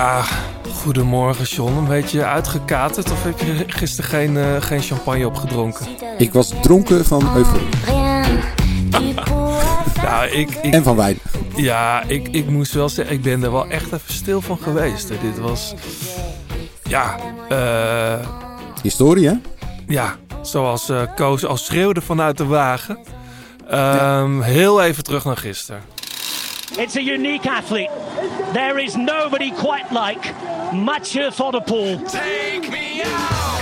Ja, goedemorgen John. Een beetje uitgekaterd of heb je gisteren geen champagne opgedronken? Ik was dronken van euforie. Nou, en van wijn. Ja, ik moest wel zeggen, ik ben er wel echt even stil van geweest. Hè. Dit was... Ja, historie, hè? Ja, zoals Koos al schreeuwde vanuit de wagen. Heel even terug naar gisteren. It's a unique athlete. There is nobody quite like Mathieu van der Poel. Take me out.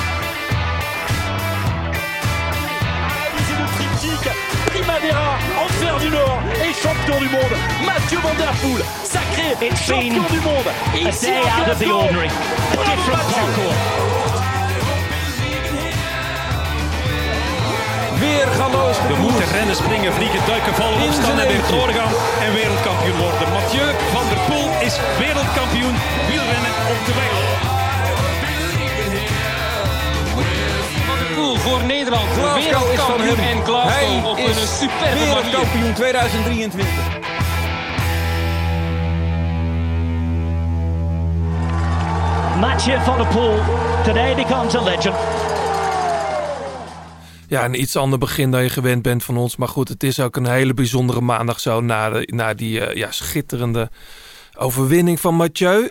C'est le triptyque Primavera, Enfer du Nord et champion du monde. Mathieu van der Poel, sacré champion du monde. A day out of the ordinary. A different parcours. Weer galoos. We moeten rennen, springen, vliegen, duiken, vallen, opstaan en weer doorgaan en wereldkampioen worden. Mathieu van der Poel is wereldkampioen wielrennen op de weg. Van der Poel voor Nederland, wereldkampioen en Glasgow op een superbe wereldkampioen 2023. Mathieu van der Poel today becomes a legend. Ja, een iets ander begin dan je gewend bent van ons. Maar goed, het is ook een hele bijzondere maandag zo na die schitterende overwinning van Mathieu.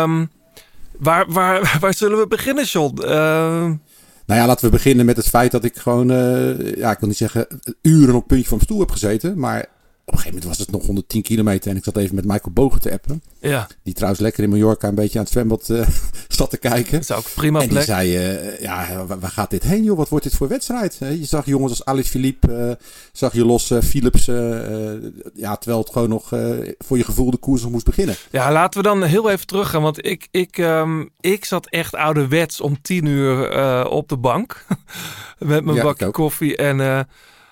Waar zullen we beginnen, John? Nou ja, laten we beginnen met het feit dat ik gewoon, ik wil niet zeggen uren op het puntje van mijn stoel heb gezeten. Maar op een gegeven moment was het nog 110 kilometer en ik zat even met Michael Bogen te appen. Ja. Die trouwens lekker in Mallorca een beetje aan het zwembad zat te kijken. Dat is ook prima plek. En die zei, waar gaat dit heen joh? Wat wordt dit voor wedstrijd? Je zag jongens als Alex Philippe, zag je los Philips. Terwijl het gewoon nog voor je gevoel de koers nog moest beginnen. Ja, laten we dan heel even teruggaan. Want ik zat echt ouderwets om 10 uur op de bank. Met mijn bakje koffie en...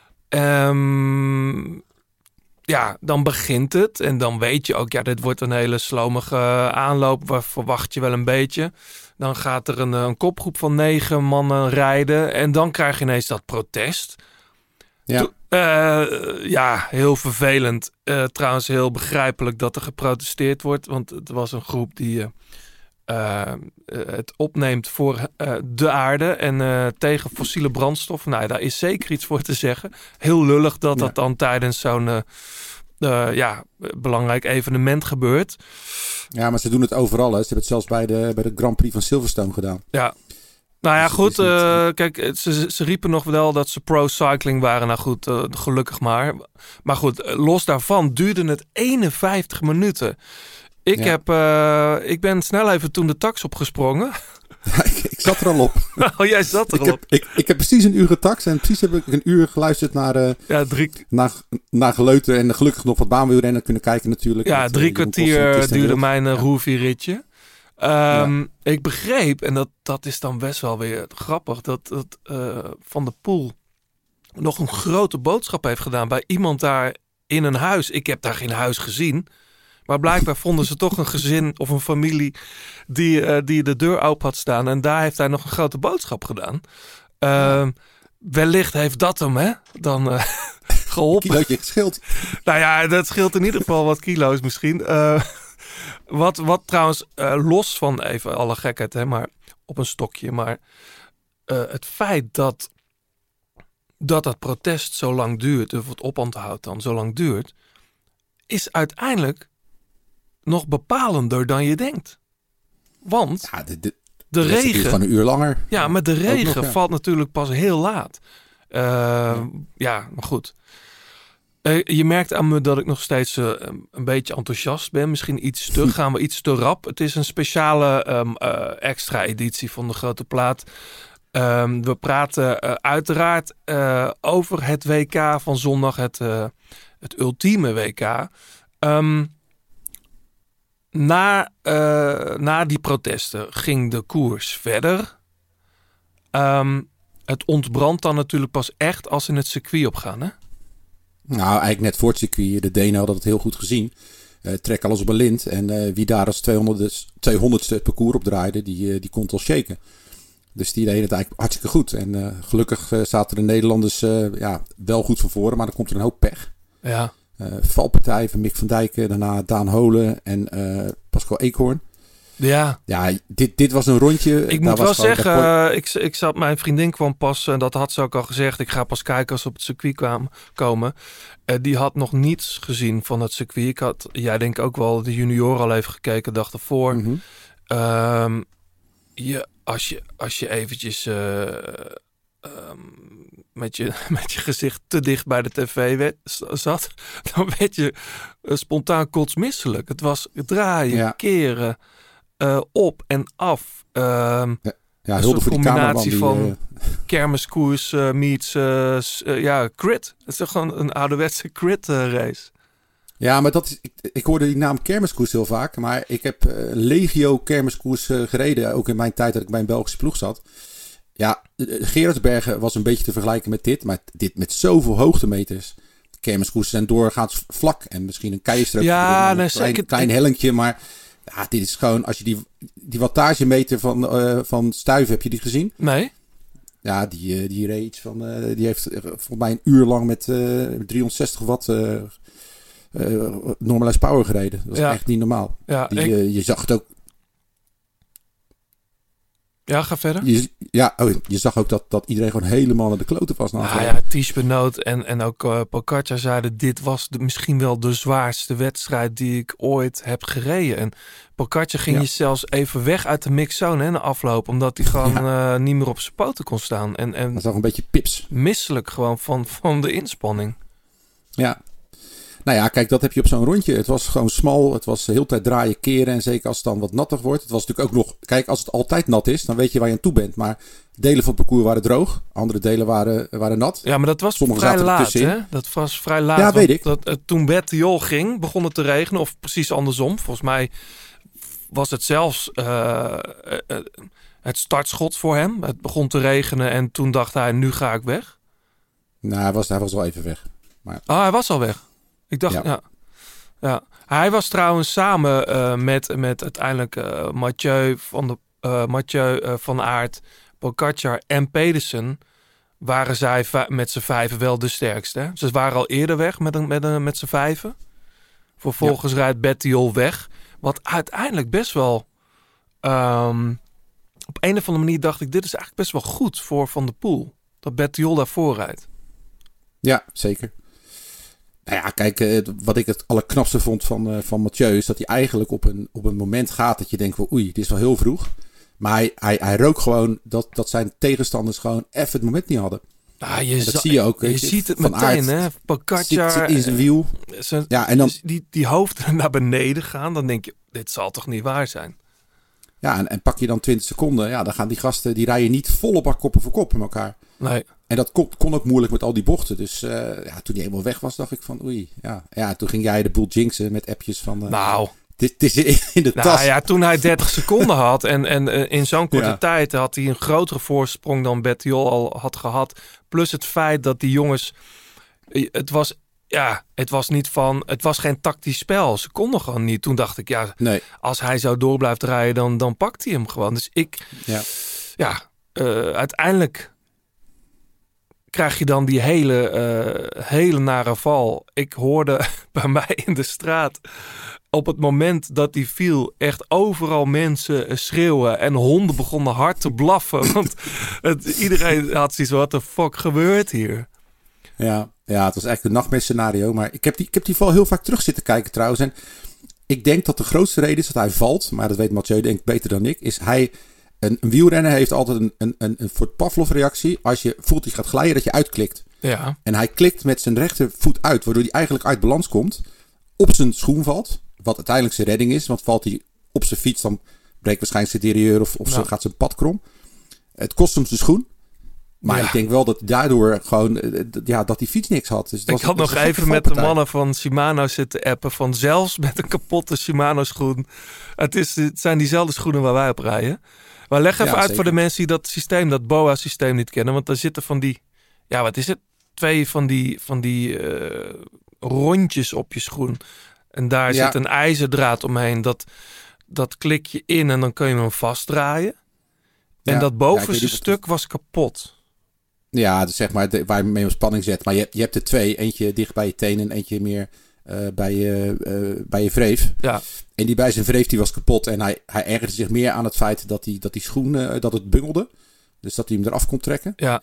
ja, dan begint het. En dan weet je ook, ja, dit wordt een hele slomige aanloop. Waar verwacht je wel een beetje. Dan gaat er een kopgroep van 9 mannen rijden. En dan krijg je ineens dat protest. Ja. Heel vervelend. Trouwens heel begrijpelijk dat er geprotesteerd wordt. Want het was een groep die het opneemt voor de aarde en tegen fossiele brandstoffen. Nou, daar is zeker iets voor te zeggen. Heel lullig dat dan tijdens zo'n belangrijk evenement gebeurt. Ja, maar ze doen het overal. Hè. Ze hebben het zelfs bij de Grand Prix van Silverstone gedaan. Ja. Nou ja, goed. Kijk, ze riepen nog wel dat ze pro-cycling waren. Nou goed, gelukkig maar. Maar goed, los daarvan duurde het 51 minuten. Ik ben snel even toen de tax opgesprongen. Ja, ik zat er al op. Oh, jij zat er al op. Ik heb precies een uur getaxt en precies heb ik een uur geluisterd naar geleuter en gelukkig nog wat baanwielrennen kunnen kijken natuurlijk. Ja, 3 kwartier duurde mijn Roevi-ritje. Ik begreep, en dat is dan best wel weer grappig, dat Van der Poel nog een grote boodschap heeft gedaan bij iemand daar in een huis. Ik heb daar geen huis gezien. Maar blijkbaar vonden ze toch een gezin of een familie die de deur open had staan. En daar heeft hij nog een grote boodschap gedaan. Wellicht heeft dat hem dan geholpen. Een kilootje gescheeld. Nou ja, dat scheelt in ieder geval wat kilo's misschien. Wat trouwens, los van even alle gekheid, maar op een stokje. Maar het feit dat protest zo lang duurt, of het oponthoud dan zo lang duurt, is uiteindelijk nog bepalender dan je denkt. Want de regen... gewoon een uur langer. Ja, maar de regen valt natuurlijk pas heel laat. Maar goed. Je merkt aan me dat ik nog steeds een beetje enthousiast ben. Misschien gaan we iets te rap. Het is een speciale extra editie van de Grote Plaat. We praten uiteraard over het WK van zondag. Het ultieme WK. Na die protesten ging de koers verder. Het ontbrandt dan natuurlijk pas echt als ze het circuit opgaan, hè? Nou, eigenlijk net voor het circuit. De Denen hadden het heel goed gezien. Trek alles op een lint. En wie daar als 200ste het parcours op draaide, die kon het al shaken. Dus die deden het eigenlijk hartstikke goed. En gelukkig zaten de Nederlanders wel goed van voren. Maar dan komt er een hoop pech. Ja. Valpartij van Mick van Dijk. Daarna Daan Holen en Pascal Eekhoorn. Ja. Ja, dit was een rondje. Ik moet wel zeggen, mijn vriendin kwam pas, en dat had ze ook al gezegd, ik ga pas kijken als ze op het circuit komen. Die had nog niets gezien van het circuit. Jij denk ook wel de junior al even gekeken, dag ervoor. Mm-hmm. Als je eventjes met je gezicht te dicht bij de tv zat, dan werd je spontaan kotsmisselijk. Het was draaien, keren, op en af. Hulde een voor die combinatie van kermiskoers meets crit. Het is toch gewoon een ouderwetse crit race. Ja, maar ik hoorde die naam kermiskoers heel vaak. Maar ik heb legio kermiskoers gereden. Ook in mijn tijd dat ik bij een Belgische ploeg zat. Ja, Gerardsbergen was een beetje te vergelijken met dit. Maar dit met zoveel hoogtemeters. Kermiskoersen zijn doorgaans vlak. En misschien een keistrook. Ja, een klein hellentje. Maar ja, dit is gewoon... Als je die wattagemeter van Stuyven, heb je die gezien? Nee. Ja, die reed iets van... die heeft volgens mij een uur lang met 360 watt... normalized power gereden. Dat was echt niet normaal. Ja, je zag het ook. Ja, ga verder. Je zag ook dat iedereen gewoon helemaal naar de kloten was. Ties Benoot en ook Pogačar zeiden, dit was misschien wel de zwaarste wedstrijd die ik ooit heb gereden. En Pogačar ging je zelfs even weg uit de mixzone in de afloop, omdat hij gewoon niet meer op zijn poten kon staan. En dat zag een beetje pips. Misselijk gewoon van de inspanning. Ja. Nou ja, kijk, dat heb je op zo'n rondje. Het was gewoon smal. Het was de hele tijd draaien, keren. En zeker als het dan wat natter wordt. Het was natuurlijk ook nog... Kijk, als het altijd nat is, dan weet je waar je aan toe bent. Maar delen van het parcours waren droog. Andere delen waren nat. Ja, maar dat was vrij laat, hè? Dat was vrij laat. Ja, weet ik. Toen Bettiol ging, begon het te regenen. Of precies andersom. Volgens mij was het zelfs het startschot voor hem. Het begon te regenen en toen dacht hij, nu ga ik weg. Nou, hij was al even weg. Maar... hij was al weg. Ik dacht, ja. Hij was trouwens samen met uiteindelijk Mathieu van Aert, Pogačar en Pedersen. Waren zij met z'n vijven wel de sterkste. Hè? Ze waren al eerder weg met z'n vijven. Vervolgens rijdt Bettiol weg. Wat uiteindelijk best wel... op een of andere manier dacht ik, dit is eigenlijk best wel goed voor Van der Poel. Dat Bettiol daarvoor rijdt. Ja, zeker. Nou ja, kijk, wat ik het allerknapste vond van Mathieu is dat hij eigenlijk op een moment gaat dat je denkt van oei, dit is wel heel vroeg. Maar hij rook gewoon dat zijn tegenstanders gewoon even het moment niet hadden. Dat zie je ook. Je ziet het meteen, hè? Pogačar zit in zijn wiel. En dan die hoofden naar beneden gaan, dan denk je, dit zal toch niet waar zijn. Ja, en pak je dan 20 seconden, ja, dan gaan die gasten, die rijden niet volle bak koppen voor kop met elkaar. Nee. En dat kon ook moeilijk met al die bochten. Dus toen hij helemaal weg was, dacht ik van oei. Ja, toen ging jij de boel jinxen met appjes van... Dit is in de tas. Ja, toen hij 30 seconden had en in zo'n korte tijd had hij een grotere voorsprong dan Bettiol al had gehad. Plus het feit dat die jongens... Het was geen tactisch spel. Ze konden gewoon niet. Toen dacht ik, als hij zo door blijft rijden, dan pakt hij hem gewoon. Dus uiteindelijk krijg je dan die hele nare val. Ik hoorde bij mij in de straat, op het moment dat die viel, echt overal mensen schreeuwen en honden begonnen hard te blaffen. Want iedereen had zoiets, wat de fuck gebeurt hier? Ja, het was eigenlijk een nachtmerriescenario. Maar ik heb die val heel vaak terug zitten kijken trouwens. En ik denk dat de grootste reden is dat hij valt. Maar dat weet Mathieu denk ik beter dan ik. Is een wielrenner heeft altijd een soort Pavlov-reactie. Als je voelt hij gaat glijden, dat je uitklikt. Ja. En hij klikt met zijn rechtervoet uit. Waardoor hij eigenlijk uit balans komt. Op zijn schoen valt. Wat uiteindelijk zijn redding is. Want valt hij op zijn fiets, dan breekt waarschijnlijk zijn derailleur of gaat zijn pad krom. Het kost hem zijn schoen. Maar ik denk wel dat daardoor gewoon dat die fiets niks had. Dus ik had nog even met de mannen van Shimano zitten appen. Van zelfs met een kapotte Shimano schoen. Het zijn diezelfde schoenen waar wij op rijden. Maar leg even uit zeker. Voor de mensen die dat BOA systeem niet kennen. Want daar zitten van die, wat is het? 2 van die rondjes op je schoen. En daar zit een ijzerdraad omheen. Dat klik je in en dan kun je hem vastdraaien. En dat bovenste stuk was kapot. Ja, dus zeg maar waar je mee op spanning zet. Maar je hebt er 2. Eentje dicht bij je tenen en eentje meer bij je vreef. Ja. En die bij zijn vreef die was kapot. En hij ergerde zich meer aan het feit dat die schoen dat het bungelde. Dus dat hij hem eraf kon trekken. Ja.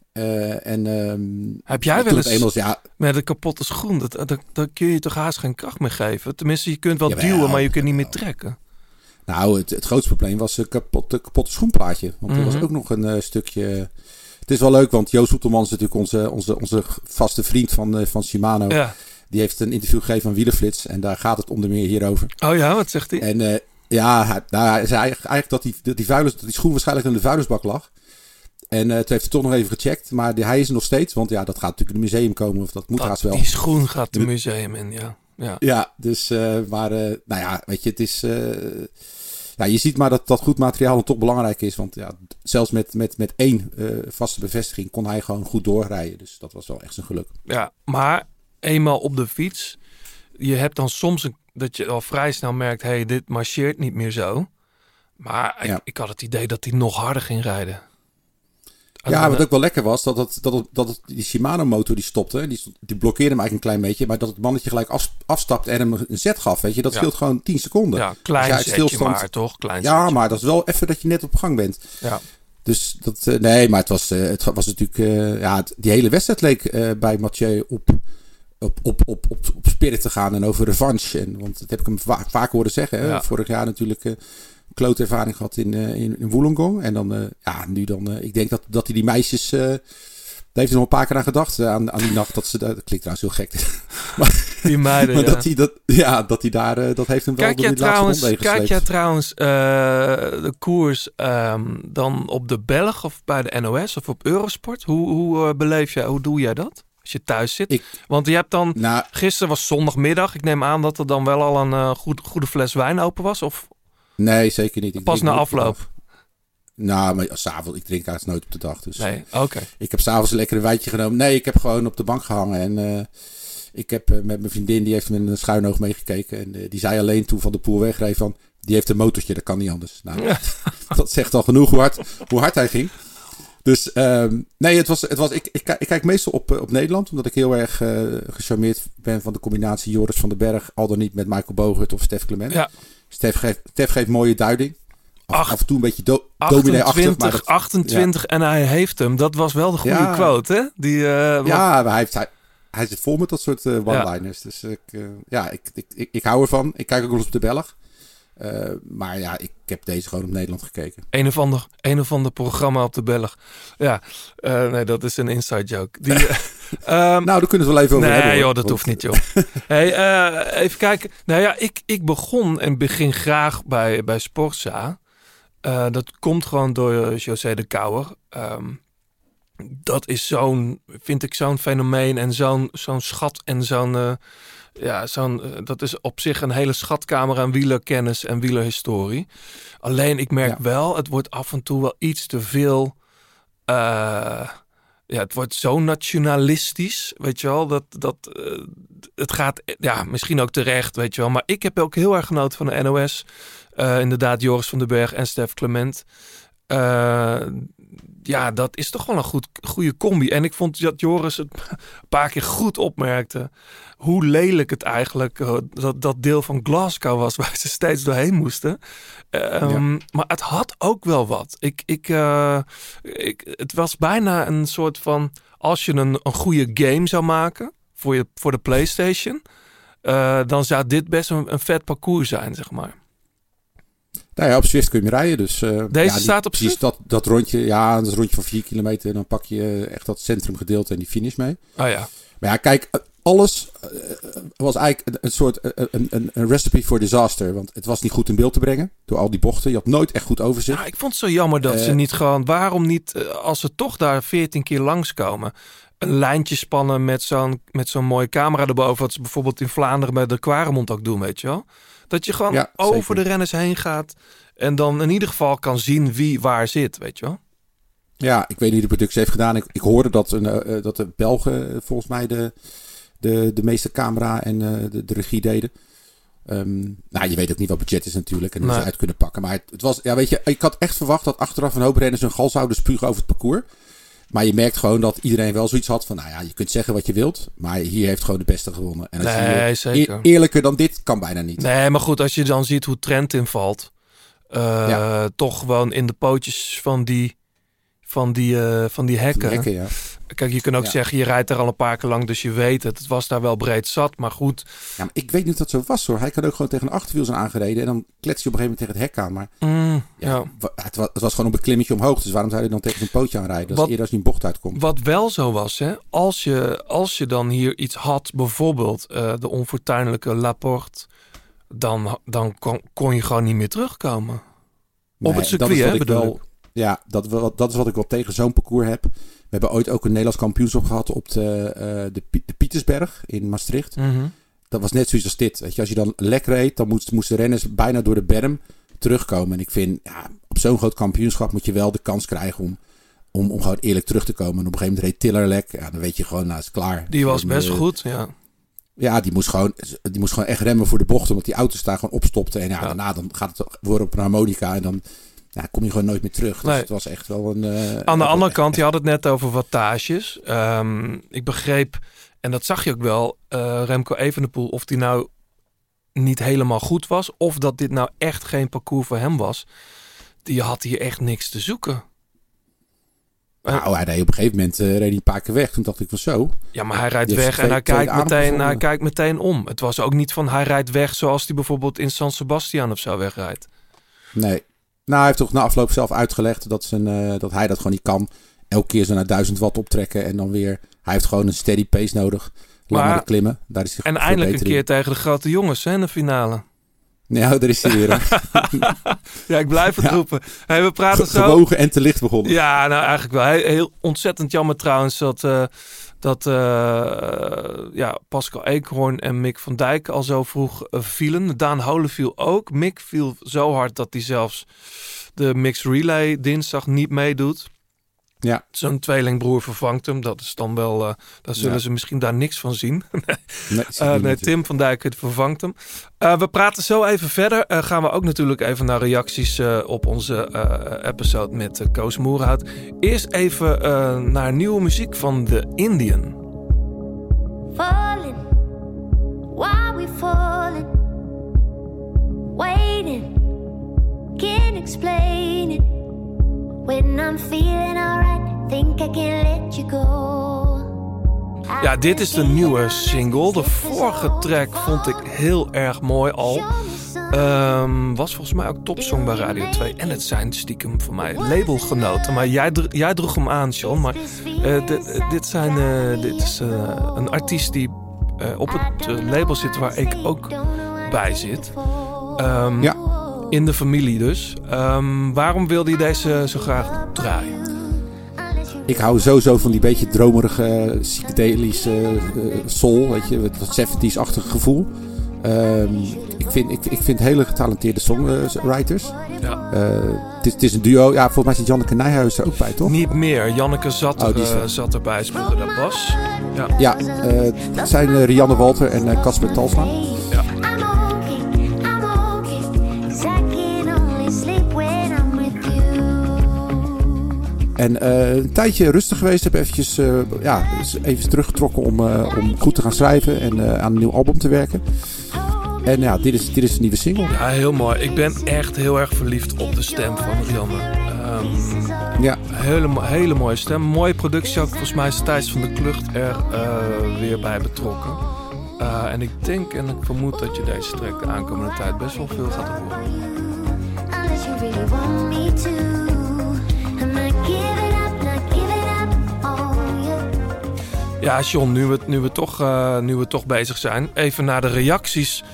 Heb jij wel eens met een kapotte schoen, dat kun je toch haast geen kracht meer geven? Tenminste, je kunt wel duwen, maar je kunt niet meer trekken. Nou, het grootste probleem was een kapotte schoenplaatje. Want er was ook nog een stukje... Het is wel leuk, want Joost Soetelman is natuurlijk onze vaste vriend van Shimano. Ja. Die heeft een interview gegeven aan Wielerflits. En daar gaat het onder meer hierover. Oh ja, wat zegt hij? En hij zei eigenlijk dat die schoen waarschijnlijk in de vuilnisbak lag. En het heeft hij toch nog even gecheckt. Maar hij is er nog steeds. Want ja, dat gaat natuurlijk in het museum komen. Of dat moet haast wel. Die schoen gaat het museum in, ja. Ja, dus... nou ja, weet je, het is... je ziet maar dat goed materiaal dan toch belangrijk is. Want ja, zelfs met 1 vaste bevestiging kon hij gewoon goed doorrijden. Dus dat was wel echt zijn geluk. Ja, maar eenmaal op de fiets. Je hebt dan soms dat je al vrij snel merkt... hey, dit marcheert niet meer zo. Maar ik had het idee dat hij nog harder ging rijden. Ja, wat ook wel lekker was, dat die Shimano motor die stopte. Die blokkeerde hem eigenlijk een klein beetje. Maar dat het mannetje gelijk afstapte en hem een zet gaf. Weet je, dat scheelt gewoon 10 seconden. Ja, klein zetje maar toch? Maar dat is wel even dat je net op gang bent. Ja. Dus dat, maar het was natuurlijk... die hele wedstrijd leek bij Mathieu op spirit te gaan en over revanche. Want dat heb ik hem vaak horen zeggen. Ja. Vorig jaar natuurlijk... klote ervaring gehad in Wollongong. En dan, nu dan... ik denk dat hij die meisjes... daar heeft hij nog een paar keer aan gedacht. Aan die nacht dat ze... Dat klinkt trouwens heel gek. Maar, die meiden, maar dat hij daar... dat heeft hem wel door de laatste ronde gesleept. Kijk jij trouwens de koers dan op de Belg of bij de NOS of op Eurosport? Hoe beleef jij... Hoe doe jij dat? Als je thuis zit. Want je hebt dan... gisteren was zondagmiddag. Ik neem aan dat er dan wel al een goede fles wijn open was. Of... Nee, zeker niet. Pas na afloop? Nou, maar s'avonds, ik drink haast nooit op de dag. Dus nee, oké. Ik heb s'avonds een lekkere wijntje genomen. Nee, ik heb gewoon op de bank gehangen. En ik heb met mijn vriendin, die heeft met een schuin oog meegekeken. En die zei alleen toen Van der Poel wegreed van... Die heeft een motortje, dat kan niet anders. Nou, dat zegt al genoeg hoe hard hij ging. Dus nee, het was ik kijk meestal op Nederland. Omdat ik heel erg gecharmeerd ben van de combinatie Joris van den Berg. Al dan niet met Michael Bogert of Stef Clement. Ja. Stef geeft mooie duiding. Af en toe een beetje dominee-achtig. 28 en hij heeft hem. Dat was wel de goede quote, hè? Maar hij zit vol met dat soort one-liners. Dus ik hou ervan. Ik kijk ook wel eens op de Belg. Maar ja, ik heb deze gewoon op Nederland gekeken. Een of ander programma op de Belg. Ja, nee, dat is een inside joke. Nou, daar kunnen we wel even over hebben. Nee, joh, dat hoeft niet, joh. Hey, even kijken. Nou ja, ik begin graag bij Sportza. Dat komt gewoon door José de Kouwer. Dat is vind ik zo'n fenomeen en zo'n schat en dat is op zich een hele schatkamer aan wielerkennis en wielerhistorie. Alleen ik merk wel, het wordt af en toe wel iets te veel... het wordt zo nationalistisch, weet je wel. Het gaat, misschien ook terecht, weet je wel. Maar ik heb ook heel erg genoten van de NOS. Inderdaad, Joris van den Berg en Stef Clement. Dat is toch wel een goede combi. En ik vond dat Joris het een paar keer goed opmerkte. Hoe lelijk het eigenlijk dat deel van Glasgow was waar ze steeds doorheen moesten. Maar het had ook wel wat. Het was bijna een soort van... Als je een goede game zou maken voor de PlayStation... dan zou dit best een vet parcours zijn, zeg maar. Nou ja, op Zwift kun je rijden. Dus, Deze staat op Zwift? Dat rondje, dat rondje van 4 kilometer. Dan pak je echt dat centrumgedeelte en die finish mee. Oh ja. Maar ja, kijk, alles was eigenlijk een soort een recipe for disaster. Want het was niet goed in beeld te brengen door al die bochten. Je had nooit echt goed overzicht. Ja, ik vond het zo jammer dat ze niet gewoon... Waarom niet, als ze toch daar 14 keer langskomen... een lijntje spannen met zo'n mooie camera erboven... wat ze bijvoorbeeld in Vlaanderen bij de Quaremont ook doen, weet je wel? Dat je gewoon over de renners heen gaat... en dan in ieder geval kan zien wie waar zit, weet je wel? Ja, ik weet niet hoe de productie heeft gedaan. Ik hoorde dat de Belgen volgens mij de meeste camera en de regie deden. Je weet ook niet wat budget is natuurlijk en hoe ze uit kunnen pakken. Maar het was, weet je, ik had echt verwacht dat achteraf een hoop renners hun gal zouden spugen over het parcours. Maar je merkt gewoon dat iedereen wel zoiets had van... Nou ja, je kunt zeggen wat je wilt. Maar hier heeft gewoon de beste gewonnen. En als zeker. Eerlijker dan dit kan bijna niet. Nee, maar goed, als je dan ziet hoe Trent invalt... toch gewoon in de pootjes van die hekken. Ja. Kijk, je kunt ook zeggen, je rijdt er al een paar keer lang, dus je weet het. Het was daar wel breed zat, maar goed. Ja, maar ik weet niet of dat zo was hoor. Hij kan ook gewoon tegen een achterwiel zijn aangereden. En dan klets je op een gegeven moment tegen het hek aan. Maar het was gewoon op een klimmetje omhoog. Dus waarom zou je dan tegen zijn pootje aanrijden? Dat is eerder als hij een bocht uitkomt. Wat wel zo was, hè. Als je dan hier iets had, bijvoorbeeld de onfortuinlijke Laporte... Dan kon je gewoon niet meer terugkomen. Op het circuit, hè, bedoel ik. Ja, dat is wat ik wel tegen zo'n parcours heb. We hebben ooit ook een Nederlands kampioenschap gehad op de Pietersberg in Maastricht. Mm-hmm. Dat was net zoiets als dit. Weet je, als je dan lek reed, dan moesten renners bijna door de berm terugkomen. En ik vind, op zo'n groot kampioenschap moet je wel de kans krijgen om gewoon eerlijk terug te komen. En op een gegeven moment reed Tiller lek. Ja, dan weet je gewoon, is klaar. Die was best goed, ja. Ja, die moest gewoon echt remmen voor de bocht. Omdat die auto's daar gewoon opstopten. En daarna dan gaat het worden op een harmonica. En dan kom je gewoon nooit meer terug. Dus het was echt wel een... Aan de andere kant, je had het net over wattages. Ik begreep, en dat zag je ook wel, Remco Evenepoel, of die nou niet helemaal goed was. Of dat dit nou echt geen parcours voor hem was. Die had hier echt niks te zoeken. Hij reed op een gegeven moment een paar keer weg. Toen dacht ik van zo. Ja, maar hij rijdt weg en hij kijkt meteen om. Het was ook niet van hij rijdt weg zoals hij bijvoorbeeld in San Sebastian of zo wegrijdt. Nee. Nou, hij heeft toch na afloop zelf uitgelegd dat hij dat gewoon niet kan. Elke keer zo naar 1000 watt optrekken en dan weer. Hij heeft gewoon een steady pace nodig. Langer klimmen. Daar is hij en eindelijk een keer tegen de grote jongens, hè, in de finale. Ja, daar is hij weer. Ja, ik blijf het roepen. Hey, we praten zo. Gewogen en te licht begonnen. Ja, nou eigenlijk wel. Heel ontzettend jammer trouwens dat Pascal Eekhoorn en Mick van Dijk al zo vroeg vielen. Daan Holefiel ook. Mick viel zo hard dat hij zelfs de Mixed Relay dinsdag niet meedoet. Ja. Zo'n tweelingbroer vervangt hem. Dat is dan wel... daar zullen ze misschien daar niks van zien. Nee, Tim van Dijk vervangt hem. We praten zo even verder. Gaan we ook natuurlijk even naar reacties op onze episode met Koos Moerhout. Eerst even naar nieuwe muziek van The Indian. Falling, why we falling? Waiting, can't explain it. When I'm feeling alright, think I can let you go. Ja, dit is de nieuwe single. De vorige track vond ik heel erg mooi al. Was volgens mij ook topsong bij Radio 2. En het zijn stiekem voor mij labelgenoten. Maar jij droeg hem aan, Sean. Maar dit is een artiest die op het label zit waar ik ook bij zit. In de familie dus. Waarom wilde je deze zo graag draaien? Ik hou sowieso van die beetje dromerige, psychedelische soul. Weet je, dat 70s-achtige gevoel. Ik vind hele getalenteerde songwriters. Ja. Het is een duo. Ja, volgens mij zit Janneke Nijhuis er ook bij, toch? Niet meer. Janneke zat erbij, speelde de bas. Ja, het zijn Rianne Walter en Casper Talsma. Ja. En een tijdje rustig geweest. Heb eventjes even teruggetrokken om goed te gaan schrijven en aan een nieuw album te werken. En ja, dit is de nieuwe single. Ja, heel mooi. Ik ben echt heel erg verliefd op de stem van Rianne. Hele mooie stem. Mooie productie ook. Volgens mij is Thijs van de Klucht er weer bij betrokken. En ik denk en ik vermoed dat je deze track de aankomende tijd best wel veel gaat horen. Unless you really want me to. Ja, John, nu we toch bezig zijn, even naar de reacties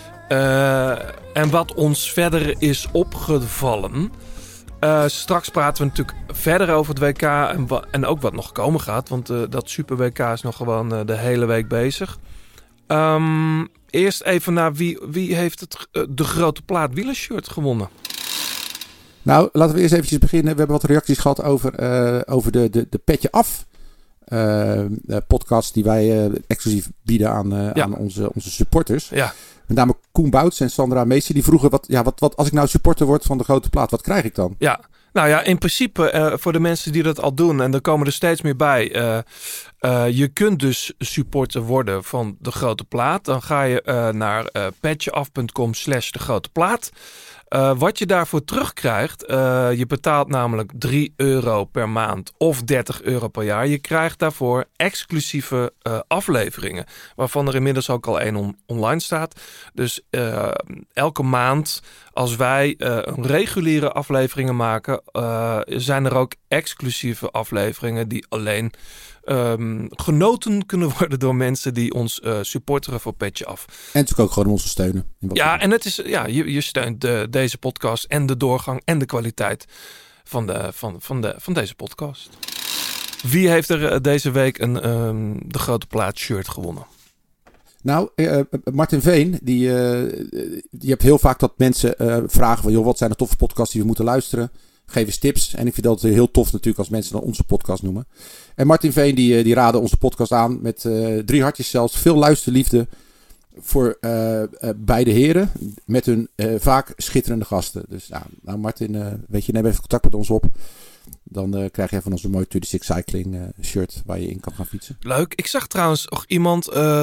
en wat ons verder is opgevallen. Straks praten we natuurlijk verder over het WK en ook wat nog komen gaat, want dat Super WK is nog gewoon de hele week bezig. Eerst even naar wie heeft de grote plaat wielershirt gewonnen? Nou, laten we eerst eventjes beginnen. We hebben wat reacties gehad over de Petje Af podcast die wij exclusief bieden aan onze supporters. Ja. Met name Koen Bouts en Sandra Meester die vroegen wat als ik nou supporter word van de grote plaat, wat krijg ik dan? Ja, Nou ja, in principe voor de mensen die dat al doen, en er komen er steeds meer bij. Je kunt dus supporter worden van De Grote Plaat. Dan ga je naar patjeaf.com/degroteplaat. Wat je daarvoor terugkrijgt, je betaalt namelijk €3 per maand of €30 per jaar. Je krijgt daarvoor exclusieve afleveringen, waarvan er inmiddels ook al één online staat. Dus elke maand, als wij een reguliere afleveringen maken, zijn er ook exclusieve afleveringen die alleen genoten kunnen worden door mensen die ons supporteren voor Petje Af. En natuurlijk ook gewoon onze steunen. Ja, en het is, je steunt deze podcast en de doorgang en de kwaliteit van deze podcast. Wie heeft er deze week De Grote Plaat shirt gewonnen? Nou, Martin Veen, die hebt heel vaak dat mensen vragen van, joh, wat zijn de toffe podcasts die we moeten luisteren? Geef eens tips. En ik vind dat heel tof natuurlijk als mensen dan onze podcast noemen. En Martin Veen die raadde onze podcast aan met 3 hartjes zelfs. Veel luisterliefde voor beide heren. Met hun vaak schitterende gasten. Dus nou Martin, neem even contact met ons op. Dan krijg je van ons een mooi 26 Cycling shirt waar je in kan gaan fietsen. Leuk. Ik zag trouwens nog iemand,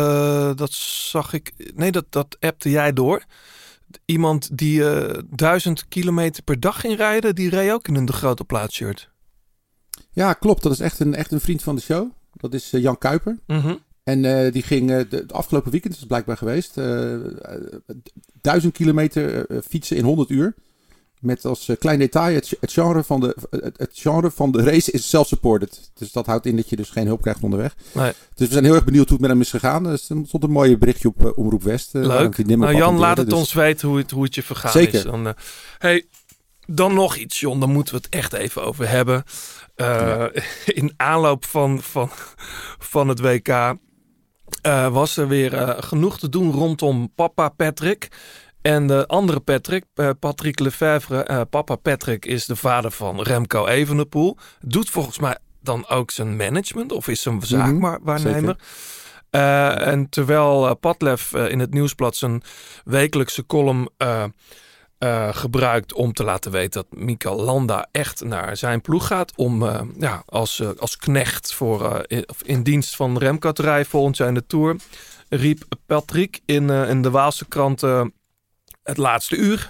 dat appte jij door. Iemand die 1000 kilometer per dag ging rijden, die reed ook in een De Grote Plaat shirt. Ja, klopt. Dat is echt een vriend van de show. Dat is Jan Kuiper. Mm-hmm. En die ging de afgelopen weekend, is het blijkbaar geweest, 1000 kilometer fietsen in 100 uur. Met als klein detail, het genre van de race is self-supported. Dus dat houdt in dat je dus geen hulp krijgt onderweg. Nee. Dus we zijn heel erg benieuwd hoe het met hem is gegaan. Er stond een mooie berichtje op Omroep West. Leuk. Nou Jan, laat het ons weten hoe het je vergaan Zeker. is. Dan nog iets, John. Daar moeten we het echt even over hebben. In aanloop van het WK was er weer genoeg te doen rondom papa Patrick. En de andere Patrick Lefevre, papa Patrick is de vader van Remco Evenepoel. Doet volgens mij dan ook zijn management of is zijn zaakwaarnemer. En terwijl Padlef in het Nieuwsblad zijn wekelijkse column gebruikt om te laten weten dat Mikel Landa echt naar zijn ploeg gaat om als knecht in dienst van Remco te rijden volgend jaar in de Tour, riep Patrick in de Waalse krant het laatste uur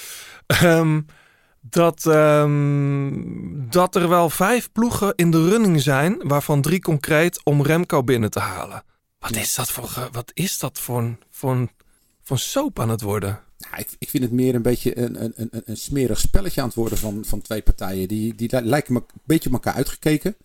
dat er wel 5 ploegen in de running zijn, waarvan 3 concreet om Remco binnen te halen. Wat is dat voor soap aan het worden? Ja, ik vind het meer een beetje een smerig spelletje aan het worden van 2 partijen. Die lijken me een beetje op elkaar uitgekeken.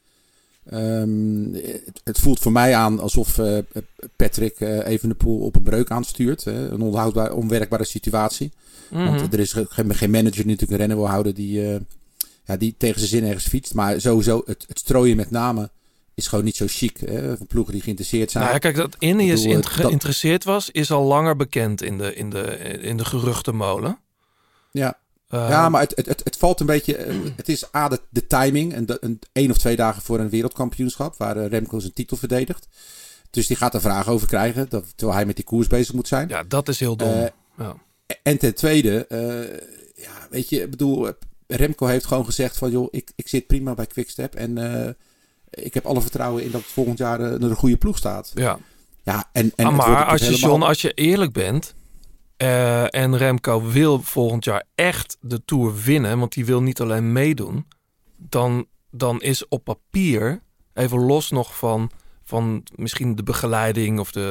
Het voelt voor mij aan alsof Patrick Evenepoel op een breuk aanstuurt. Een onwerkbare situatie. Mm-hmm. Want er is geen manager die natuurlijk een renner wil houden die tegen zijn zin ergens fietst. Maar sowieso het strooien met name is gewoon niet zo chic. Van ploegen die geïnteresseerd zijn. Nou ja, kijk, dat Ineos geïnteresseerd was, is al langer bekend in de geruchtenmolen. Ja. Ja, maar het valt een beetje. Het is de timing. En 1 of 2 dagen voor een wereldkampioenschap. Waar Remco zijn titel verdedigt. Dus die gaat er vragen over krijgen. Terwijl hij met die koers bezig moet zijn. Ja, dat is heel dom. En ten tweede. Weet je, ik bedoel. Remco heeft gewoon gezegd van joh, ik zit prima bij Quickstep. En ik heb alle vertrouwen in dat het volgend jaar er een goede ploeg staat. Ja. Maar als je eerlijk bent. En Remco wil volgend jaar echt de Tour winnen, want die wil niet alleen meedoen. Dan is op papier, even los nog van misschien de begeleiding of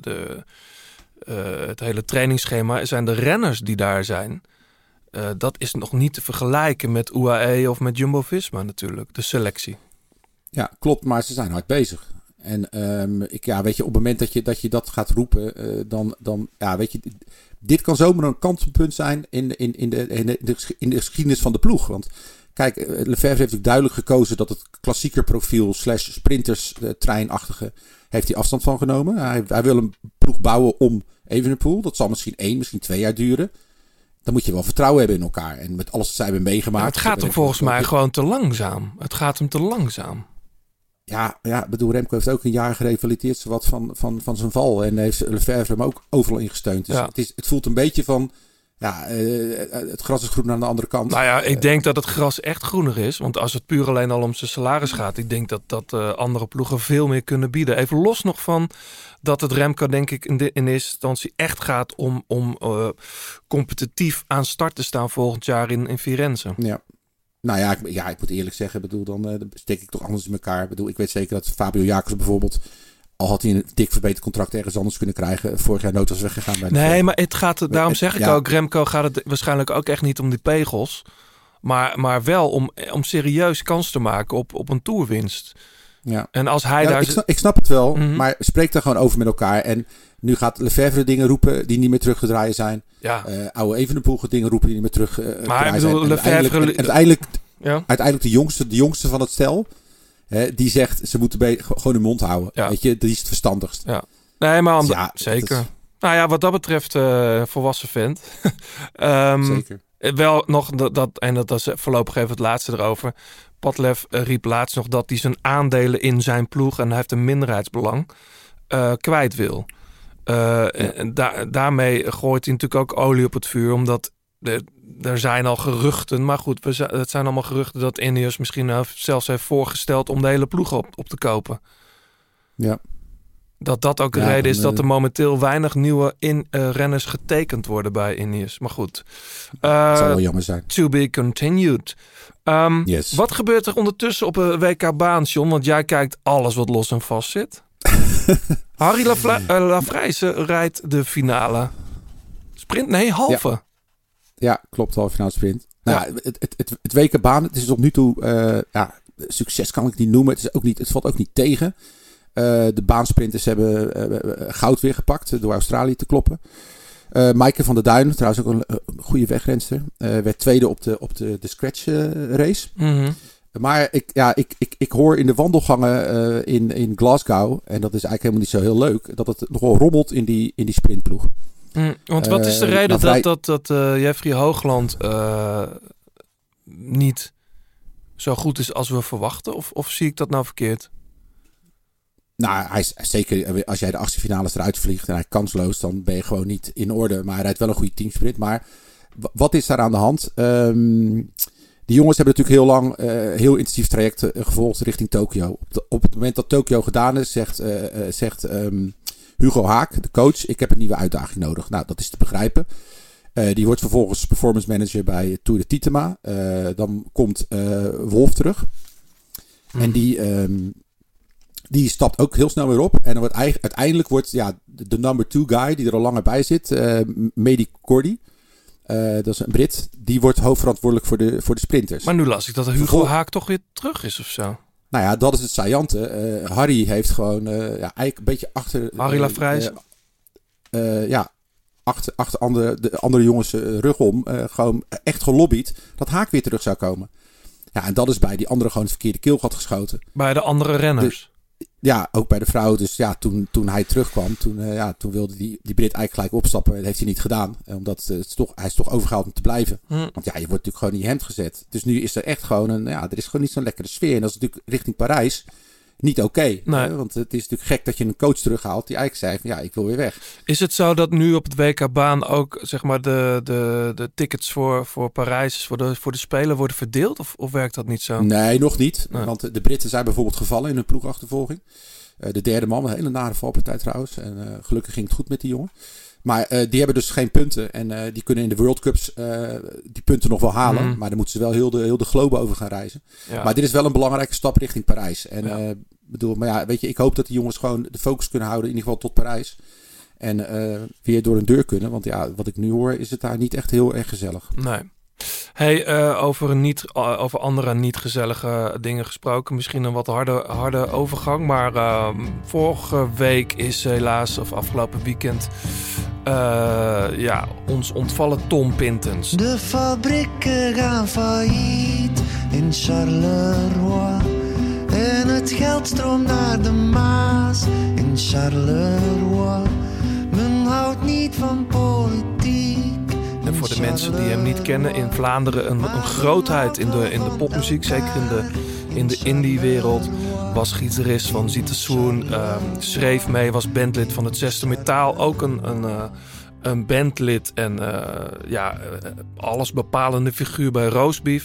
het hele trainingsschema, zijn de renners die daar zijn. Dat is nog niet te vergelijken met UAE of met Jumbo-Visma natuurlijk, de selectie. Ja, klopt, maar ze zijn hard bezig. En weet je, op het moment dat je dat gaat roepen, dan weet je, dit kan zomaar een kantelpunt zijn in de geschiedenis van de ploeg. Want kijk, Lefevre heeft natuurlijk duidelijk gekozen dat het klassieker profiel / sprinters treinachtige heeft hij afstand van genomen. Hij wil een ploeg bouwen om Evenepoel. Dat zal misschien 1, misschien 2 jaar duren. Dan moet je wel vertrouwen hebben in elkaar. En met alles wat zij hebben meegemaakt. Maar het gaat hem volgens mij gewoon te langzaam. Het gaat hem te langzaam. Ja, ik bedoel, Remco heeft ook een jaar gerevalideerd zowat van zijn val. En heeft Lefevre hem ook overal in gesteund. Dus het voelt een beetje van het gras is groen aan de andere kant. Nou ja, ik denk dat het gras echt groener is. Want als het puur alleen al om zijn salaris gaat... ik denk dat andere ploegen veel meer kunnen bieden. Even los nog van dat het Remco denk ik in eerste instantie echt gaat... om competitief aan start te staan volgend jaar in Firenze. Ja. Nou ja, ik moet eerlijk zeggen, dan steek ik toch anders in elkaar. Ik weet zeker dat Fabio Jacobs bijvoorbeeld... al had hij een dik verbeterd contract ergens anders kunnen krijgen... vorig jaar nooit was weggegaan bij de Nee, maar het gaat, daarom zeg ik ook... Remco gaat het waarschijnlijk ook echt niet om die pegels... maar wel om serieus kans te maken op een toerwinst. Ja. En als hij daar... Ik snap het wel, maar spreek daar gewoon over met elkaar. En nu gaat Lefevre dingen roepen die niet meer terug te draaien zijn. Ja. Oude Evenepoel dingen roepen die niet meer terug te draaien zijn. Uiteindelijk de jongste van het stel... die zegt, ze moeten gewoon hun mond houden. Ja. Weet je, dat is het verstandigst. Ja. Nee, maar zeker. Nou ja, wat dat betreft, volwassen vent. Zeker. Wel nog dat is voorlopig even het laatste erover. Padlef riep laatst nog dat hij zijn aandelen in zijn ploeg... en hij heeft een minderheidsbelang, kwijt wil. En daarmee gooit hij natuurlijk ook olie op het vuur... omdat er zijn al geruchten... maar goed, het zijn allemaal geruchten... dat Ineos misschien zelfs heeft voorgesteld... om de hele ploeg op te kopen. Ja. Dat ook de reden is dat er momenteel weinig nieuwe renners getekend worden bij Ineos. Maar goed. Het zou wel jammer zijn. To be continued. Yes. Wat gebeurt er ondertussen op een WK-baan, John? Want jij kijkt alles wat los en vast zit. Harry Lafrijse rijdt de finale. Sprint? Nee, halve. Ja, klopt. Halve finale sprint. Nou, het WK-baan, het is tot nu toe... succes kan ik niet noemen. Het valt ook niet tegen. De baansprinters hebben goud weer gepakt door Australië te kloppen. Maaike van der Duin, trouwens ook een goede wegrenster, werd tweede op de scratch race. Mm-hmm. Maar ik hoor in de wandelgangen in Glasgow, en dat is eigenlijk helemaal niet zo heel leuk, dat het nogal rommelt in die sprintploeg. Want wat is de reden dat Jeffrey Hoogland niet zo goed is als we verwachten? Of zie ik dat nou verkeerd? Nou, hij is zeker, als jij de achtste finales eruit vliegt en hij kansloos, dan ben je gewoon niet in orde. Maar hij rijdt wel een goede teamsprint. Maar wat is daar aan de hand? Die jongens hebben natuurlijk heel lang heel intensief traject gevolgd richting Tokio. Op het moment dat Tokio gedaan is, zegt Hugo Haak, de coach, ik heb een nieuwe uitdaging nodig. Nou, dat is te begrijpen. Die wordt vervolgens performance manager bij Tour de Titema. Dan komt Wolf terug. En die stapt ook heel snel weer op. En dan wordt uiteindelijk wordt de number 2 guy die er al langer bij zit, Mehdi Cordy. Dat is een Brit. Die wordt hoofdverantwoordelijk voor de sprinters. Maar nu las ik dat Hugo Haak toch weer terug is of zo. Nou ja, dat is het saillante. Harry heeft gewoon eigenlijk een beetje achter... Harry Lafrijse. Achter de andere jongens rug om. Gewoon echt gelobbyd dat Haak weer terug zou komen. Ja, en dat is bij die andere gewoon het verkeerde keelgat geschoten. Bij de andere renners. Ook bij de vrouwen. Dus ja, toen hij terugkwam, toen wilde die Brit eigenlijk gelijk opstappen. Dat heeft hij niet gedaan. Omdat hij is toch overgehaald om te blijven. Want je wordt natuurlijk gewoon in je hemd gezet. Dus nu is er echt gewoon er is gewoon niet zo'n lekkere sfeer. En dat is natuurlijk richting Parijs niet oké. Nee. Want het is natuurlijk gek dat je een coach terughaalt die eigenlijk zei van ik wil weer weg. Is het zo dat nu op het WK-baan ook zeg maar de tickets voor Parijs, voor de Spelen worden verdeeld? Of werkt dat niet zo? Nee, nog niet. Nee. Want de Britten zijn bijvoorbeeld gevallen in hun ploegachtervolging. De derde man, een hele nare valpartij trouwens. En gelukkig ging het goed met die jongen. Maar die hebben dus geen punten. En die kunnen in de World Cups die punten nog wel halen. Maar dan moeten ze wel heel de globe over gaan reizen. Ja. Maar dit is wel een belangrijke stap richting Parijs. En weet je, ik hoop dat die jongens gewoon de focus kunnen houden. In ieder geval tot Parijs. En weer door een deur kunnen. Want wat ik nu hoor, is het daar niet echt heel erg gezellig. Nee. Hey, over andere niet gezellige dingen gesproken. Misschien een wat harde overgang. Maar vorige week is helaas, of afgelopen weekend, ons ontvallen Tom Pintens. De fabrieken gaan failliet in Charleroi. En het geld stroomt naar de Maas in Charleroi. Men houdt niet van politiek. En voor de mensen die hem niet kennen, in Vlaanderen een grootheid in de popmuziek, zeker in de indie-wereld. Was gitarist van Zita Swoon, schreef mee, was bandlid van het Zesde Metaal. Ook een bandlid en alles bepalende figuur bij Roastbeef.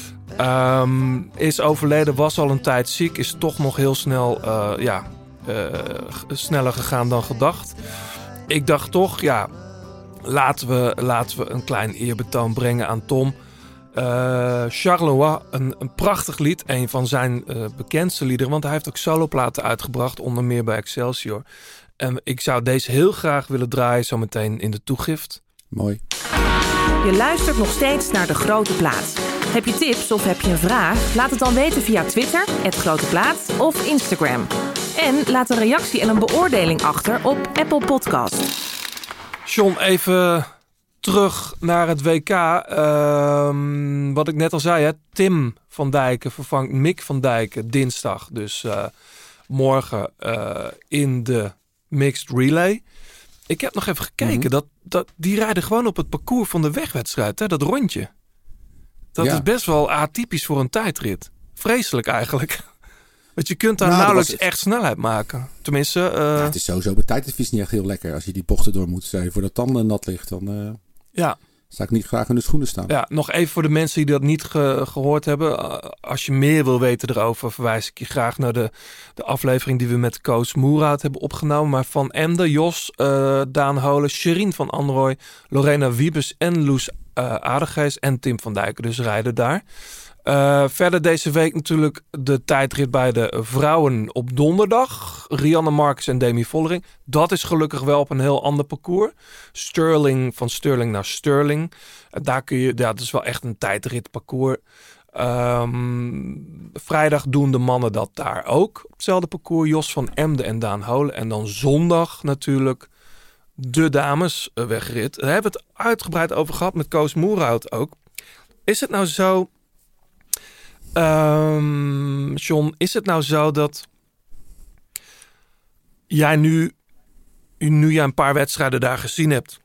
Is overleden, was al een tijd ziek, is toch nog heel snel sneller gegaan dan gedacht. Ik dacht toch, laten we een klein eerbetoon brengen aan Tom. Charleroi, een prachtig lied, een van zijn bekendste liederen, want hij heeft ook soloplaten uitgebracht, onder meer bij Excelsior. En ik zou deze heel graag willen draaien, zometeen in de toegift. Mooi. Je luistert nog steeds naar De Grote Plaat. Heb je tips of heb je een vraag? Laat het dan weten via Twitter, @groteplaat of Instagram. En laat een reactie en een beoordeling achter op Apple Podcast. John, even terug naar het WK. Wat ik net al zei, hè? Tim van Dijken vervangt Mick van Dijken dinsdag. Dus morgen in de Mixed Relay. Ik heb nog even gekeken. Dat die rijden gewoon op het parcours van de wegwedstrijd. Hè? Dat rondje. Dat is best wel atypisch voor een tijdrit. Vreselijk eigenlijk. Want je kunt daar nauwelijks echt snelheid maken. Tenminste... het is sowieso bij tijdritfiets niet echt heel lekker. Als je die bochten door moet, voordat het dan nat ligt. Dan zou ik niet graag in de schoenen staan. Ja, nog even voor de mensen die dat niet gehoord hebben. Als je meer wil weten erover, verwijs ik je graag naar de aflevering die we met Koos Moerhout hebben opgenomen. Maar Van Emden, Jos, Daan Holen, Sherine van Anrooy, Lorena Wiebes en Loes Aardegeest en Tim van Dijken dus rijden daar. Verder deze week natuurlijk de tijdrit bij de vrouwen op donderdag. Rianne Marcus en Demi Vollering. Dat is gelukkig wel op een heel ander parcours. Van Stirling naar Stirling. Daar kun je, dat is wel echt een tijdritparcours. Vrijdag doen de mannen dat daar ook. Op hetzelfde parcours. Jos van Emden en Daan Holen. En dan zondag natuurlijk de dames wegrit. Daar hebben we het uitgebreid over gehad met Koos Moerhout ook. Is het nou zo... John, is het nou zo dat jij nu jij een paar wedstrijden daar gezien hebt,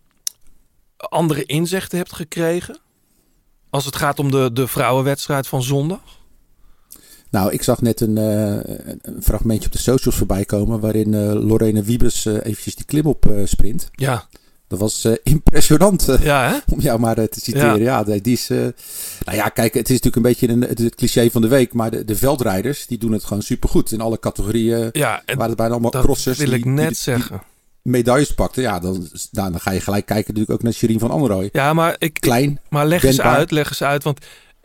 andere inzichten hebt gekregen als het gaat om de vrouwenwedstrijd van zondag? Nou, ik zag net een fragmentje op de socials voorbij komen waarin Lorena Wiebes eventjes die klim op sprint. Ja. Dat was impressionant, hè? Om jou maar te citeren. Ja, die is... kijk, het is natuurlijk een beetje het cliché van de week. Maar de veldrijders, die doen het gewoon supergoed. In alle categorieën waren het bijna allemaal crossers. Dat wil ik net zeggen. Die medailles pakten. Ja, dan ga je gelijk kijken natuurlijk ook naar Sherine van Anrooy. Ja, maar leg eens uit. Want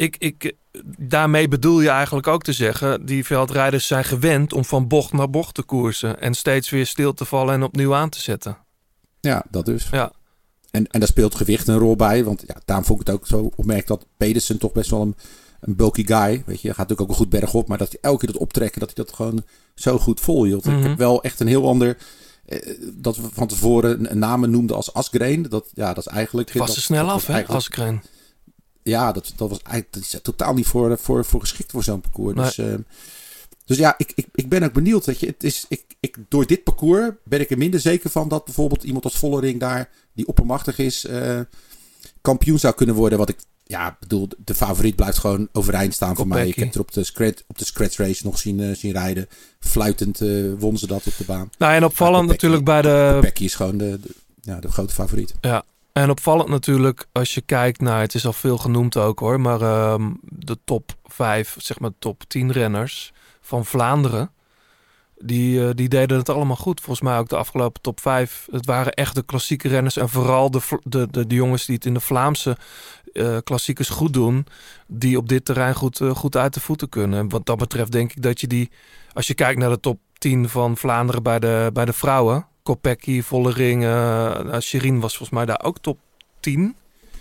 daarmee bedoel je eigenlijk ook te zeggen... die veldrijders zijn gewend om van bocht naar bocht te koersen. En steeds weer stil te vallen en opnieuw aan te zetten. Ja, dat dus. Ja. En daar speelt gewicht een rol bij. Want daarom vond ik het ook zo opmerkelijk dat Pedersen toch best wel een bulky guy. Weet je, gaat natuurlijk ook een goed berg op. Maar dat hij elke keer dat optrekken, dat hij dat gewoon zo goed volhield. Ik heb wel echt een heel ander... dat we van tevoren een namen noemden als Asgreen. Dat is eigenlijk... Het was er snel af, hè, Asgreen. Ja, dat was eigenlijk dat is totaal niet voor geschikt voor zo'n parcours. Nee. Dus ja, ik ben ook benieuwd. Weet je, het is, door dit parcours ben ik er minder zeker van dat bijvoorbeeld iemand als Vollering daar, die oppermachtig is, kampioen zou kunnen worden. Wat ik bedoel, de favoriet blijft gewoon overeind staan voor mij. Ik heb er op de scratch race nog zien rijden. Fluitend won ze dat op de baan. Nou, en opvallend natuurlijk bij de... Kopecky is gewoon de grote favoriet. Ja. En opvallend natuurlijk als je kijkt naar, het is al veel genoemd ook hoor, maar de top 5, zeg maar top 10 renners van Vlaanderen, die deden het allemaal goed. Volgens mij ook de afgelopen top 5. Het waren echt de klassieke renners en vooral de jongens die het in de Vlaamse klassiekers goed doen, die op dit terrein goed uit de voeten kunnen. En wat dat betreft denk ik dat je die, als je kijkt naar de top 10 van Vlaanderen bij de vrouwen, Kopecky, Vollering, Sherine was volgens mij daar ook top 10.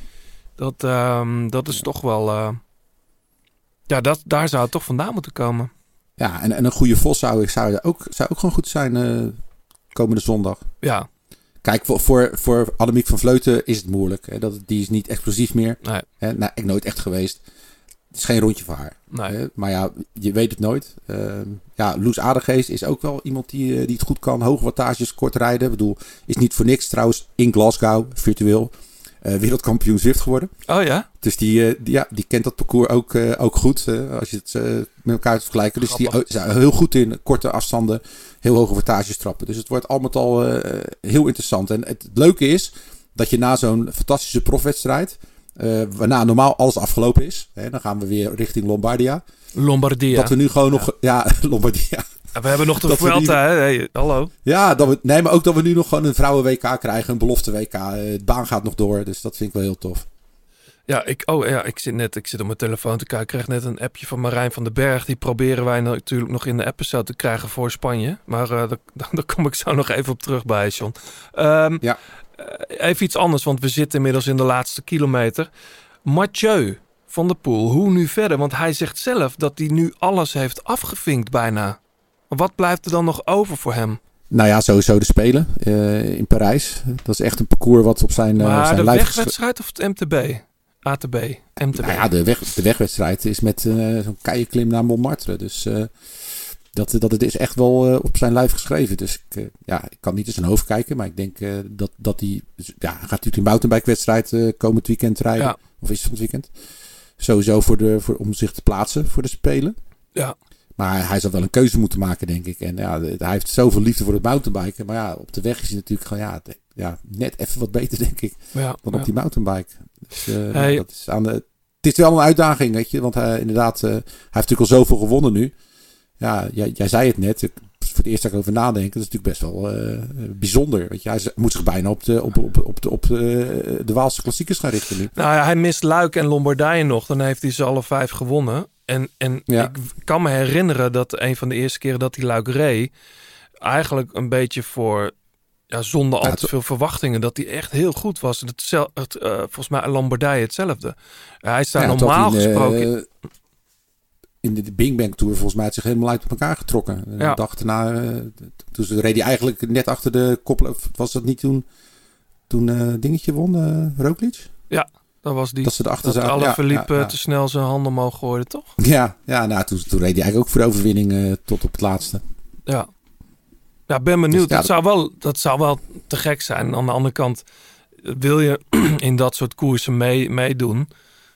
Dat is toch wel... daar zou het toch vandaan moeten komen. Ja, en een goede Vos zou ook gewoon goed zijn komende zondag. Ja. Kijk, voor Annemiek van Vleuten is het moeilijk. Hè? Die is niet explosief meer. Nee. Hè? Nou, ik nooit echt geweest. Het is geen rondje voor haar. Nee. Maar ja, je weet het nooit. Loes Aardegeest is ook wel iemand die het goed kan. Hoge wattages, kort rijden. Ik bedoel, is niet voor niks trouwens in Glasgow, virtueel. wereldkampioen Zwift geworden. Oh ja? Dus die kent dat parcours ook goed. Als je het met elkaar vergelijken. Dus die is heel goed in korte afstanden. Heel hoge wattages trappen. Dus het wordt al met al heel interessant. En het leuke is dat je na zo'n fantastische profwedstrijd... waarna normaal alles afgelopen is. Hè, dan gaan we weer richting Lombardia. Dat we nu gewoon nog... Ja, Lombardia. Ja, we hebben nog de Vuelta, hè? Hey, hallo. Ja, maar ook dat we nu nog gewoon een vrouwen-WK krijgen. Een belofte-WK. De baan gaat nog door. Dus dat vind ik wel heel tof. Ja, ik zit op mijn telefoon te kijken. Ik kreeg net een appje van Marijn van den Berg. Die proberen wij natuurlijk nog in de episode te krijgen voor Spanje. Maar daar kom ik zo nog even op terug bij, John. Even iets anders, want we zitten inmiddels in de laatste kilometer. Mathieu van der Poel, hoe nu verder? Want hij zegt zelf dat hij nu alles heeft afgevinkt bijna. Wat blijft er dan nog over voor hem? Nou ja, sowieso de Spelen in Parijs. Dat is echt een parcours wat op zijn maar zijn de lijf... wegwedstrijd of het MTB? ATB, MTB? Nou ja, de wegwedstrijd is met zo'n keienklim naar Montmartre. Dus dat is echt wel op zijn lijf geschreven. Dus ik kan niet in zijn hoofd kijken. Maar ik denk dat hij... Ja, hij gaat natuurlijk die mountainbike-wedstrijd komend weekend rijden. Ja. Of is het van het weekend? Sowieso om zich te plaatsen voor de Spelen. Ja. Maar hij zal wel een keuze moeten maken, denk ik. En ja, hij heeft zoveel liefde voor het mountainbiken. Maar ja, op de weg is hij natuurlijk gewoon net even wat beter, denk ik. Dan op die mountainbike. Dus, dat is het is wel een uitdaging, weet je. Want inderdaad, hij heeft natuurlijk al zoveel gewonnen nu. Ja, jij zei het net. Voor het eerst dat ik over nadenken. Dat is natuurlijk best wel bijzonder. Weet je. Hij moet zich bijna op de Waalse klassiekers gaan richten nu. Nou ja, hij mist Luik en Lombardije nog. Dan heeft hij ze alle 5 gewonnen. En ik kan me herinneren dat een van de eerste keren dat hij Luik reed... eigenlijk een beetje zonder al te veel verwachtingen... dat hij echt heel goed was. En volgens mij Lombardije hetzelfde. Hij staat normaal gesproken... in de Bing Bang Tour volgens mij had zich helemaal uit elkaar getrokken. De dag daarna, toen reed hij eigenlijk net achter de koppel. Was dat niet toen dingetje won, Roglic? Ja, dat was die. Dat ze erachter zaten. Alaphilippe te snel zijn handen omhoog gooide, toch? Ja, toen reed hij eigenlijk ook voor de overwinning tot op het laatste. Ja. Ja, ben benieuwd. Dus, dat zou wel te gek zijn. Aan de andere kant wil je in dat soort koersen meedoen.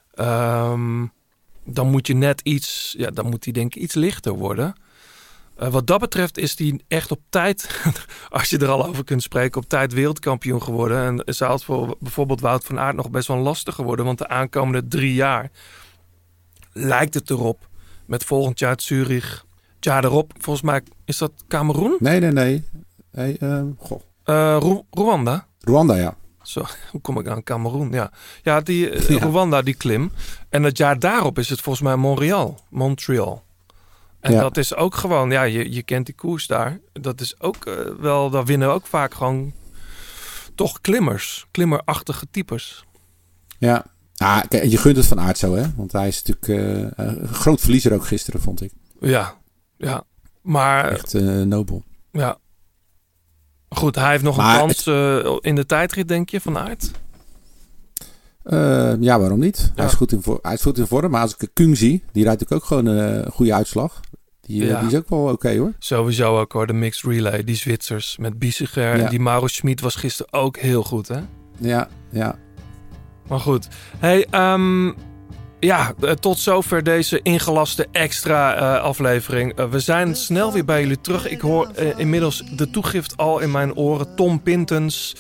Dan moet je net iets... Ja, dan moet hij denk ik iets lichter worden. Wat dat betreft is hij echt op tijd... als je er al over kunt spreken... op tijd wereldkampioen geworden. En is hij voor bijvoorbeeld Wout van Aert nog best wel lastig geworden. Want de aankomende 3 jaar... lijkt het erop... met volgend jaar Zurich... het jaar erop, volgens mij... Is dat Kameroen? Nee. Rwanda? Rwanda, ja. Zo, hoe kom ik aan Kameroen? Ja, die Rwanda, die klim. En het jaar daarop is het volgens mij Montreal. En dat is ook gewoon, je kent die koers daar. Dat is ook daar winnen ook vaak gewoon toch klimmerachtige types. Ja, kijk, je gunt het van Aert zo, hè? Want hij is natuurlijk een groot verliezer ook gisteren, vond ik. Ja. Maar... Echt nobel. Ja. Goed, hij heeft nog een kans in de tijdrit, denk je, van Aert? Ja, waarom niet? Ja. Hij is goed in vorm. Maar als ik Kung zie, die rijdt ook gewoon een goede uitslag. Die is ook wel oké, hoor. Sowieso ook, hoor. De mixed relay, die Zwitsers met Biesiger. Ja. En die Mauro Schmid was gisteren ook heel goed, hè? Ja. Maar goed. Hey, tot zover deze ingelaste extra aflevering. We zijn snel weer bij jullie terug. Ik hoor inmiddels de toegift al in mijn oren. Tom Pintens.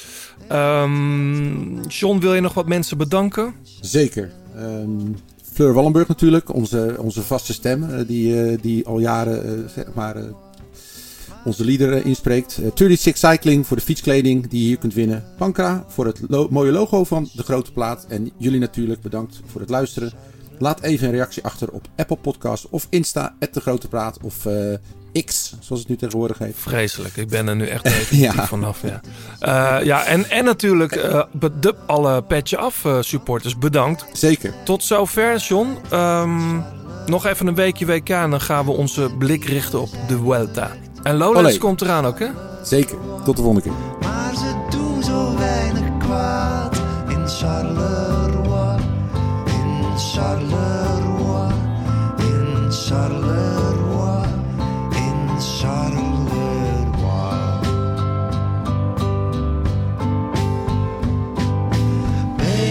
John, wil je nog wat mensen bedanken? Zeker. Fleur Wallenburg natuurlijk. Onze vaste stem. Die al jaren onze lieder inspreekt. 36 Cycling voor de fietskleding die je hier kunt winnen. Pankra voor het mooie logo van De Grote Plaat. En jullie natuurlijk bedankt voor het luisteren. Laat even een reactie achter op Apple Podcast of Insta @degrotepraat of X, zoals het nu tegenwoordig heet. Vreselijk, ik ben er nu echt even vanaf. Ja. En natuurlijk alle Petje Af supporters, bedankt. Zeker. Tot zover, John. Nog even een weekje WK en dan gaan we onze blik richten op de Vuelta. En Lowlands komt eraan ook, hè? Zeker. Tot de volgende keer. Maar ze doen zo weinig kwaad in Charleroi. In Charleroi. In Charleroi. In Charleroi.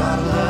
Charleroi.